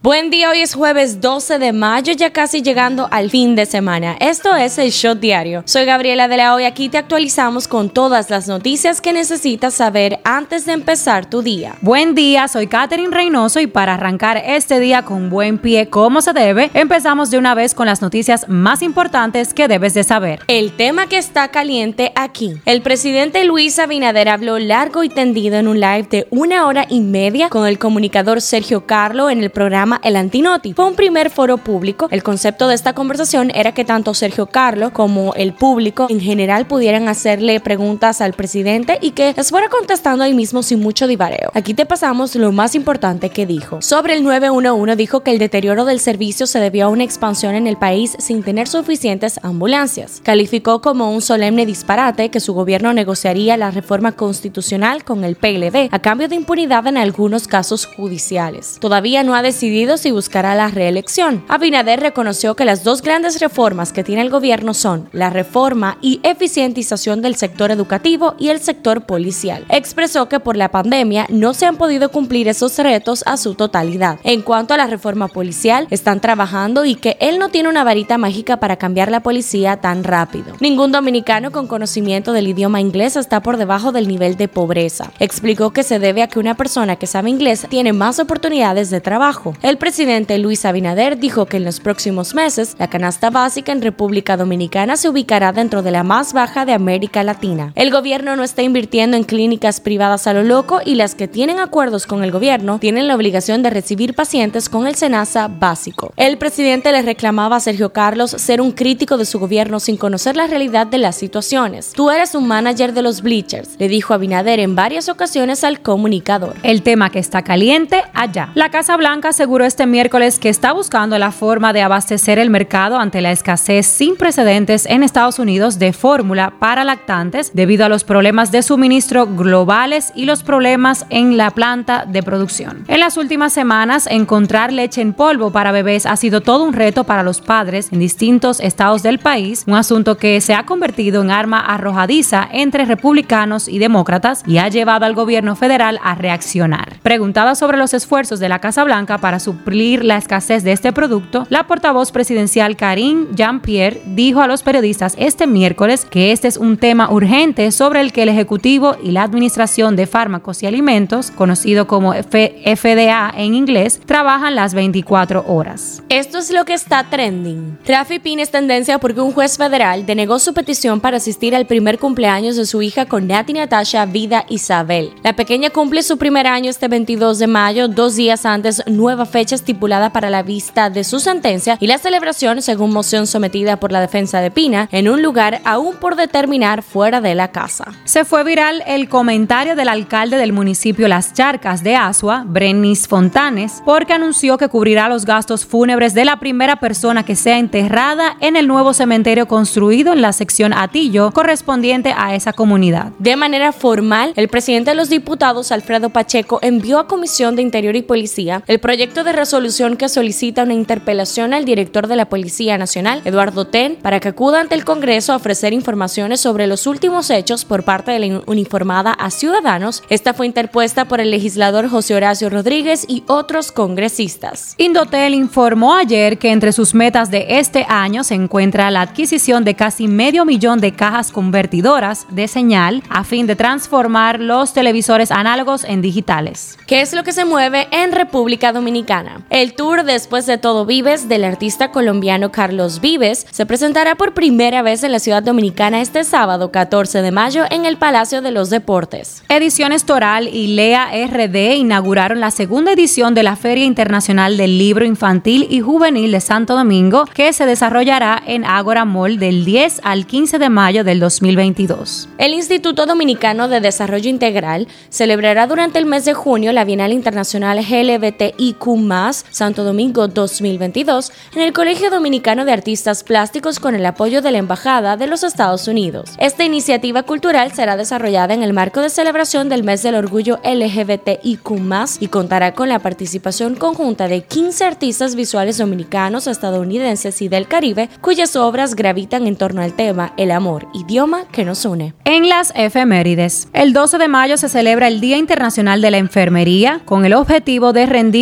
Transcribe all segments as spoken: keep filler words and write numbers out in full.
Buen día, hoy es jueves doce de mayo, ya casi llegando al fin de semana. Esto es el Shot Diario. Soy Gabriela de la Hoy, aquí te actualizamos con todas las noticias que necesitas saber antes de empezar tu día. Buen día, soy Catherine Reynoso y para arrancar este día con buen pie como se debe, empezamos de una vez con las noticias más importantes que debes de saber. El tema que está caliente aquí. El presidente Luis Abinader habló largo y tendido en un live de una hora y media con el comunicador Sergio Carlo en el programa El Antinoti. Fue un primer foro público. El concepto de esta conversación era que tanto Sergio Carlo como el público en general pudieran hacerle preguntas al presidente y que las fuera contestando ahí mismo sin mucho divareo. Aquí te pasamos lo más importante que dijo. Sobre el nueve uno uno dijo que el deterioro del servicio se debió a una expansión en el país sin tener suficientes ambulancias. Calificó como un solemne disparate que su gobierno negociaría la reforma constitucional con el P L D a cambio de impunidad en algunos casos judiciales. Todavía no ha decidido si buscará la reelección. Abinader reconoció que las dos grandes reformas que tiene el gobierno son la reforma y eficientización del sector educativo y el sector policial. Expresó que por la pandemia no se han podido cumplir esos retos a su totalidad. En cuanto a la reforma policial, están trabajando y que él no tiene una varita mágica para cambiar la policía tan rápido. Ningún dominicano con conocimiento del idioma inglés está por debajo del nivel de pobreza. Explicó que se debe a que una persona que sabe inglés tiene más oportunidades de trabajo. El presidente Luis Abinader dijo que en los próximos meses la canasta básica en República Dominicana se ubicará dentro de la más baja de América Latina. El gobierno no está invirtiendo en clínicas privadas a lo loco y las que tienen acuerdos con el gobierno tienen la obligación de recibir pacientes con el SENASA básico. El presidente le reclamaba a Sergio Carlos ser un crítico de su gobierno sin conocer la realidad de las situaciones. Tú eres un manager de los Bleachers, le dijo Abinader en varias ocasiones al comunicador. El tema que está caliente allá. La Casa Blanca aseguró este miércoles que está buscando la forma de abastecer el mercado ante la escasez sin precedentes en Estados Unidos de fórmula para lactantes debido a los problemas de suministro globales y los problemas en la planta de producción. En las últimas semanas, encontrar leche en polvo para bebés ha sido todo un reto para los padres en distintos estados del país, un asunto que se ha convertido en arma arrojadiza entre republicanos y demócratas y ha llevado al gobierno federal a reaccionar. Preguntada sobre los esfuerzos de la Casa Blanca para suplir la escasez de este producto, la portavoz presidencial Karine Jean-Pierre dijo a los periodistas este miércoles que este es un tema urgente sobre el que el Ejecutivo y la Administración de Fármacos y Alimentos, conocido como F D A en inglés, trabajan las veinticuatro horas. Esto es lo que está trending. Rafi Pin es tendencia porque un juez federal denegó su petición para asistir al primer cumpleaños de su hija con Nati Natasha Vida Isabel. La pequeña cumple su primer año este veintidós de mayo, dos días antes, nueva fecha estipulada para la vista de su sentencia y la celebración, según moción sometida por la defensa de Pina, en un lugar aún por determinar fuera de la casa. Se fue viral el comentario del alcalde del municipio Las Charcas de Asua, Brenis Fontanes, porque anunció que cubrirá los gastos fúnebres de la primera persona que sea enterrada en el nuevo cementerio construido en la sección Atillo, correspondiente a esa comunidad. De manera formal, el presidente de los diputados, Alfredo Pacheco, envió a Comisión de Interior y Policía el proyecto de resolución que solicita una interpelación al director de la Policía Nacional, Eduardo Ten, para que acuda ante el Congreso a ofrecer informaciones sobre los últimos hechos por parte de la uniformada a ciudadanos. Esta fue interpuesta por el legislador José Horacio Rodríguez y otros congresistas. Indotel informó ayer que entre sus metas de este año se encuentra la adquisición de casi medio millón de cajas convertidoras de señal a fin de transformar los televisores análogos en digitales. ¿Qué es lo que se mueve en República Dominicana? El tour Después de Todo Vives del artista colombiano Carlos Vives se presentará por primera vez en la ciudad dominicana este sábado catorce de mayo en el Palacio de los Deportes. Ediciones Toral y Lea R D inauguraron la segunda edición de la Feria Internacional del Libro Infantil y Juvenil de Santo Domingo, que se desarrollará en Ágora Mall del diez al quince de mayo del dos mil veintidós. El Instituto Dominicano de Desarrollo Integral celebrará durante el mes de junio la Bienal Internacional L G B T I Q más, Santo Domingo dos mil veintidós en el Colegio Dominicano de Artistas Plásticos con el apoyo de la Embajada de los Estados Unidos. Esta iniciativa cultural será desarrollada en el marco de celebración del Mes del Orgullo L G B T I Q más, y contará con la participación conjunta de quince artistas visuales dominicanos, estadounidenses y del Caribe, cuyas obras gravitan en torno al tema el amor, idioma que nos une. En las efemérides, el doce de mayo se celebra el Día Internacional de la Enfermería, con el objetivo de rendir un merecido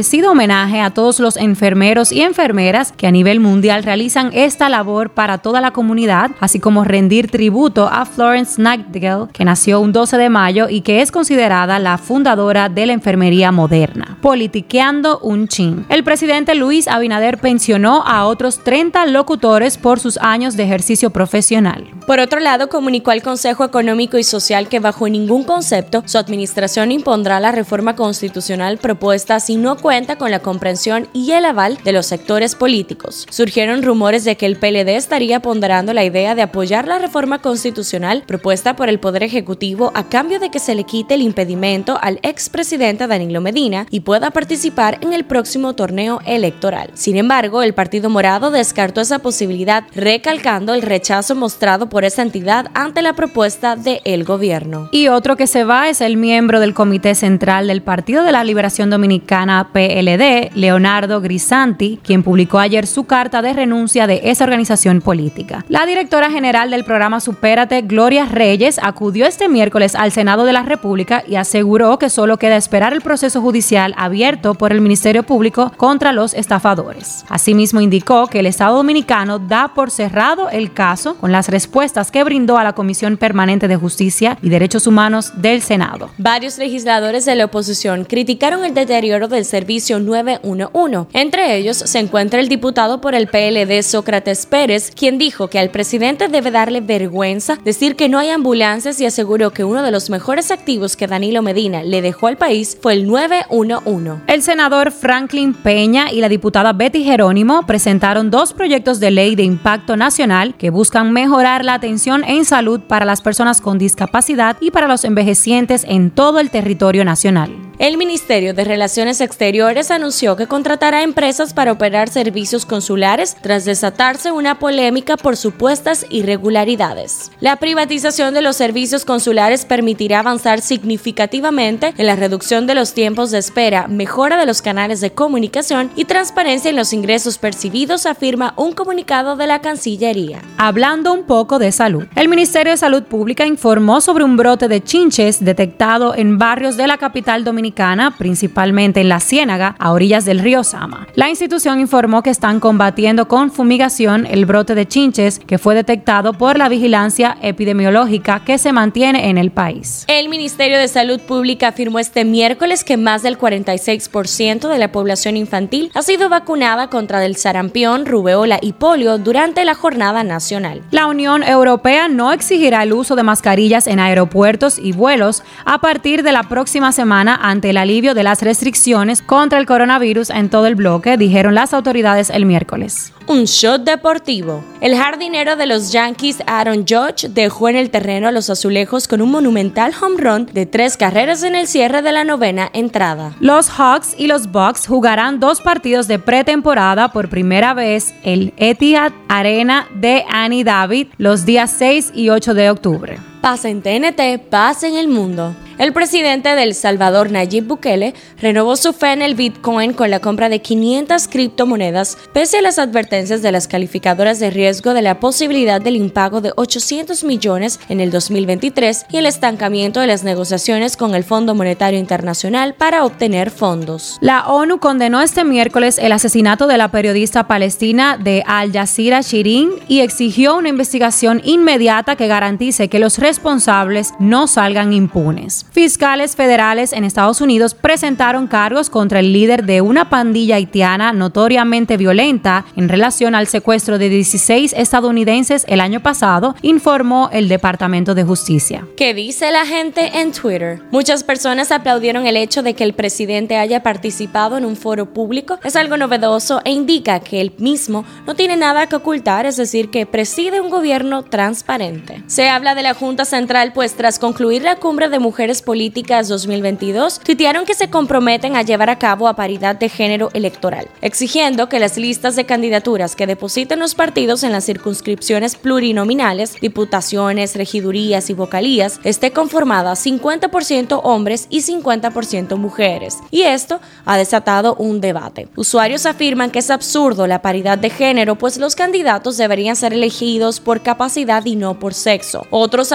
merecido homenaje a todos los enfermeros y enfermeras que a nivel mundial realizan esta labor para toda la comunidad, así como rendir tributo a Florence Nightingale, que nació un doce de mayo y que es considerada la fundadora de la enfermería moderna. Politiqueando un chin. El presidente Luis Abinader pensionó a otros treinta locutores por sus años de ejercicio profesional. Por otro lado, comunicó al Consejo Económico y Social que bajo ningún concepto su administración impondrá la reforma constitucional propuesta si no cuenta con la comprensión y el aval de los sectores políticos. Surgieron rumores de que el P L D estaría ponderando la idea de apoyar la reforma constitucional propuesta por el Poder Ejecutivo a cambio de que se le quite el impedimento al expresidente Danilo Medina y pueda participar en el próximo torneo electoral. Sin embargo, el Partido Morado descartó esa posibilidad, recalcando el rechazo mostrado por esa entidad ante la propuesta del gobierno. Y otro que se va es el miembro del Comité Central del Partido de la Liberación Dominicana P L D, Leonardo Grisanti, quien publicó ayer su carta de renuncia de esa organización política. La directora general del programa Supérate, Gloria Reyes, acudió este miércoles al Senado de la República y aseguró que solo queda esperar el proceso judicial abierto por el Ministerio Público contra los estafadores. Asimismo, indicó que el Estado Dominicano da por cerrado el caso con las respuestas que brindó a la Comisión Permanente de Justicia y Derechos Humanos del Senado. Varios legisladores de la oposición criticaron el deterioro del servicio nueve uno uno. Entre ellos se encuentra el diputado por el P L D Sócrates Pérez, quien dijo que al presidente debe darle vergüenza decir que no hay ambulancias y aseguró que uno de los mejores activos que Danilo Medina le dejó al país fue el nueve uno uno. El senador Franklin Peña y la diputada Betty Jerónimo presentaron dos proyectos de ley de impacto nacional que buscan mejorar la atención en salud para las personas con discapacidad y para los envejecientes en todo el territorio nacional. El Ministerio de Relaciones Exteriores anunció que contratará empresas para operar servicios consulares tras desatarse una polémica por supuestas irregularidades. La privatización de los servicios consulares permitirá avanzar significativamente en la reducción de los tiempos de espera, mejora de los canales de comunicación y transparencia en los ingresos percibidos, afirma un comunicado de la Cancillería. Hablando un poco de salud, el Ministerio de Salud Pública informó sobre un brote de chinches detectado en barrios de la capital dominicana, principalmente en La Ciénaga, a orillas del río Sama. La institución informó que están combatiendo con fumigación el brote de chinches que fue detectado por la vigilancia epidemiológica que se mantiene en el país. El Ministerio de Salud Pública afirmó este miércoles que más del cuarenta y seis por ciento de la población infantil ha sido vacunada contra el sarampión, rubeola y polio durante la jornada nacional. La Unión Europea no exigirá el uso de mascarillas en aeropuertos y vuelos a partir de la próxima semana ante el alivio de las restricciones contra el coronavirus en todo el bloque, dijeron las autoridades el miércoles. Un shot deportivo. El jardinero de los Yankees, Aaron Judge, dejó en el terreno a los azulejos con un monumental home run de tres carreras en el cierre de la novena entrada. Los Hawks y los Bucks jugarán dos partidos de pretemporada por primera vez el Etihad Arena de Annie David los días seis y ocho de octubre. Paz en T N T, paz en el mundo. El presidente de El Salvador, Nayib Bukele, renovó su fe en el Bitcoin con la compra de quinientas criptomonedas, pese a las advertencias de las calificadoras de riesgo de la posibilidad del impago de ochocientos millones en el dos mil veintitrés y el estancamiento de las negociaciones con el Fondo Monetario Internacional para obtener fondos. La ONU condenó este miércoles el asesinato de la periodista palestina de Al Jazeera Shirin y exigió una investigación inmediata que garantice que los responsables no salgan impunes. Fiscales federales en Estados Unidos presentaron cargos contra el líder de una pandilla haitiana notoriamente violenta en relación al secuestro de dieciséis estadounidenses el año pasado, informó el Departamento de Justicia. ¿Qué dice la gente en Twitter? Muchas personas aplaudieron el hecho de que el presidente haya participado en un foro público. Es algo novedoso e indica que él mismo no tiene nada que ocultar, es decir, que preside un gobierno transparente. Se habla de la Junta Central, pues tras concluir la cumbre de mujeres políticas dos mil veintidós, tuitearon que se comprometen a llevar a cabo a paridad de género electoral, exigiendo que las listas de candidaturas que depositen los partidos en las circunscripciones plurinominales, diputaciones, regidurías y vocalías, esté conformada cincuenta por ciento hombres y cincuenta por ciento mujeres. Y esto ha desatado un debate. Usuarios afirman que es absurdo la paridad de género, pues los candidatos deberían ser elegidos por capacidad y no por sexo. Otros afirman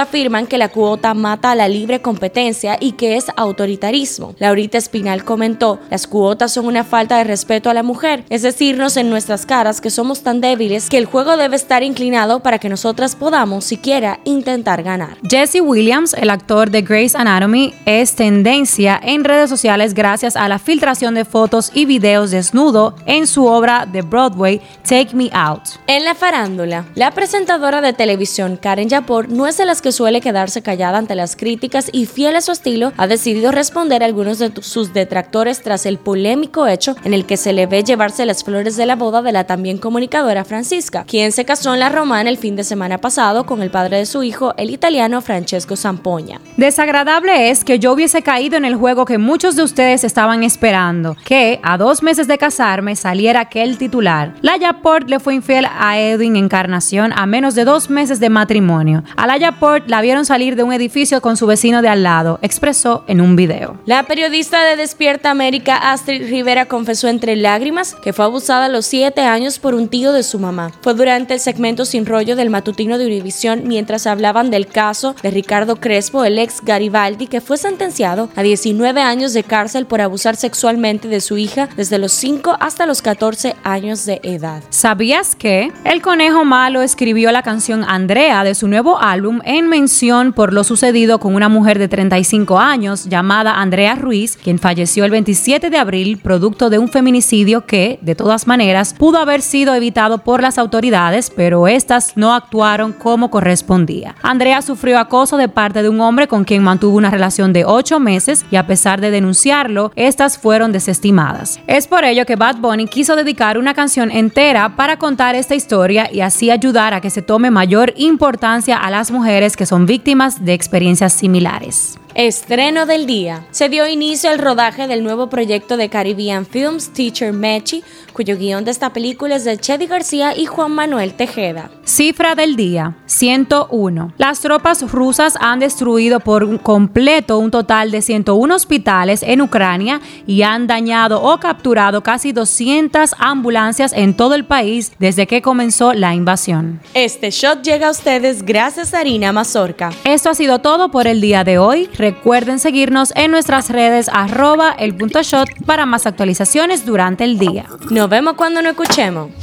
afirman que la cuota mata a la libre competencia y que es autoritarismo. Laurita Espinal comentó: las cuotas son una falta de respeto a la mujer, es decirnos en nuestras caras que somos tan débiles que el juego debe estar inclinado para que nosotras podamos siquiera intentar ganar. Jesse Williams, el actor de Grey's Anatomy, es tendencia en redes sociales gracias a la filtración de fotos y videos desnudo en su obra de Broadway, Take Me Out. En la farándula, la presentadora de televisión Karen Yapor no es de las que suele quedarse callada ante las críticas y, fiel a su estilo, ha decidido responder a algunos de sus detractores tras el polémico hecho en el que se le ve llevarse las flores de la boda de la también comunicadora Francisca, quien se casó en la Romana el fin de semana pasado con el padre de su hijo, el italiano Francesco Zampoña. Desagradable es que yo hubiese caído en el juego que muchos de ustedes estaban esperando, que a dos meses de casarme saliera aquel titular. La Yaport le fue infiel a Edwin Encarnación a menos de dos meses de matrimonio. A la Yaport la vieron salir de un edificio con su vecino de al lado, expresó en un video. La periodista de Despierta América, Astrid Rivera, confesó entre lágrimas que fue abusada a los siete años por un tío de su mamá. Fue durante el segmento Sin Rollo del matutino de Univisión, mientras hablaban del caso de Ricardo Crespo, el ex Garibaldi, que fue sentenciado a diecinueve años de cárcel por abusar sexualmente de su hija desde los cinco hasta los catorce años de edad. ¿Sabías que El Conejo Malo escribió la canción Andrea de su nuevo álbum en mención por lo sucedido con una mujer de treinta y cinco años llamada Andrea Ruiz, quien falleció el veintisiete de abril producto de un feminicidio que, de todas maneras, pudo haber sido evitado por las autoridades, pero estas no actuaron como correspondía? Andrea sufrió acoso de parte de un hombre con quien mantuvo una relación de ocho meses y, a pesar de denunciarlo, estas fueron desestimadas. Es por ello que Bad Bunny quiso dedicar una canción entera para contar esta historia y así ayudar a que se tome mayor importancia a las mujeres que son víctimas de experiencias similares. Estreno del día. Se dio inicio al rodaje del nuevo proyecto de Caribbean Films, Teacher Mechi, cuyo guión de esta película es de Chedi García y Juan Manuel Tejeda. Cifra del día: ciento uno. Las tropas rusas han destruido por completo un total de ciento uno hospitales en Ucrania y han dañado o capturado casi doscientas ambulancias en todo el país desde que comenzó la invasión. Este shot llega a ustedes gracias a Harina Mazorca. Esto ha sido todo por el día de hoy. Recuerden seguirnos en nuestras redes arroba el punto shot para más actualizaciones durante el día. Nos vemos cuando nos escuchemos.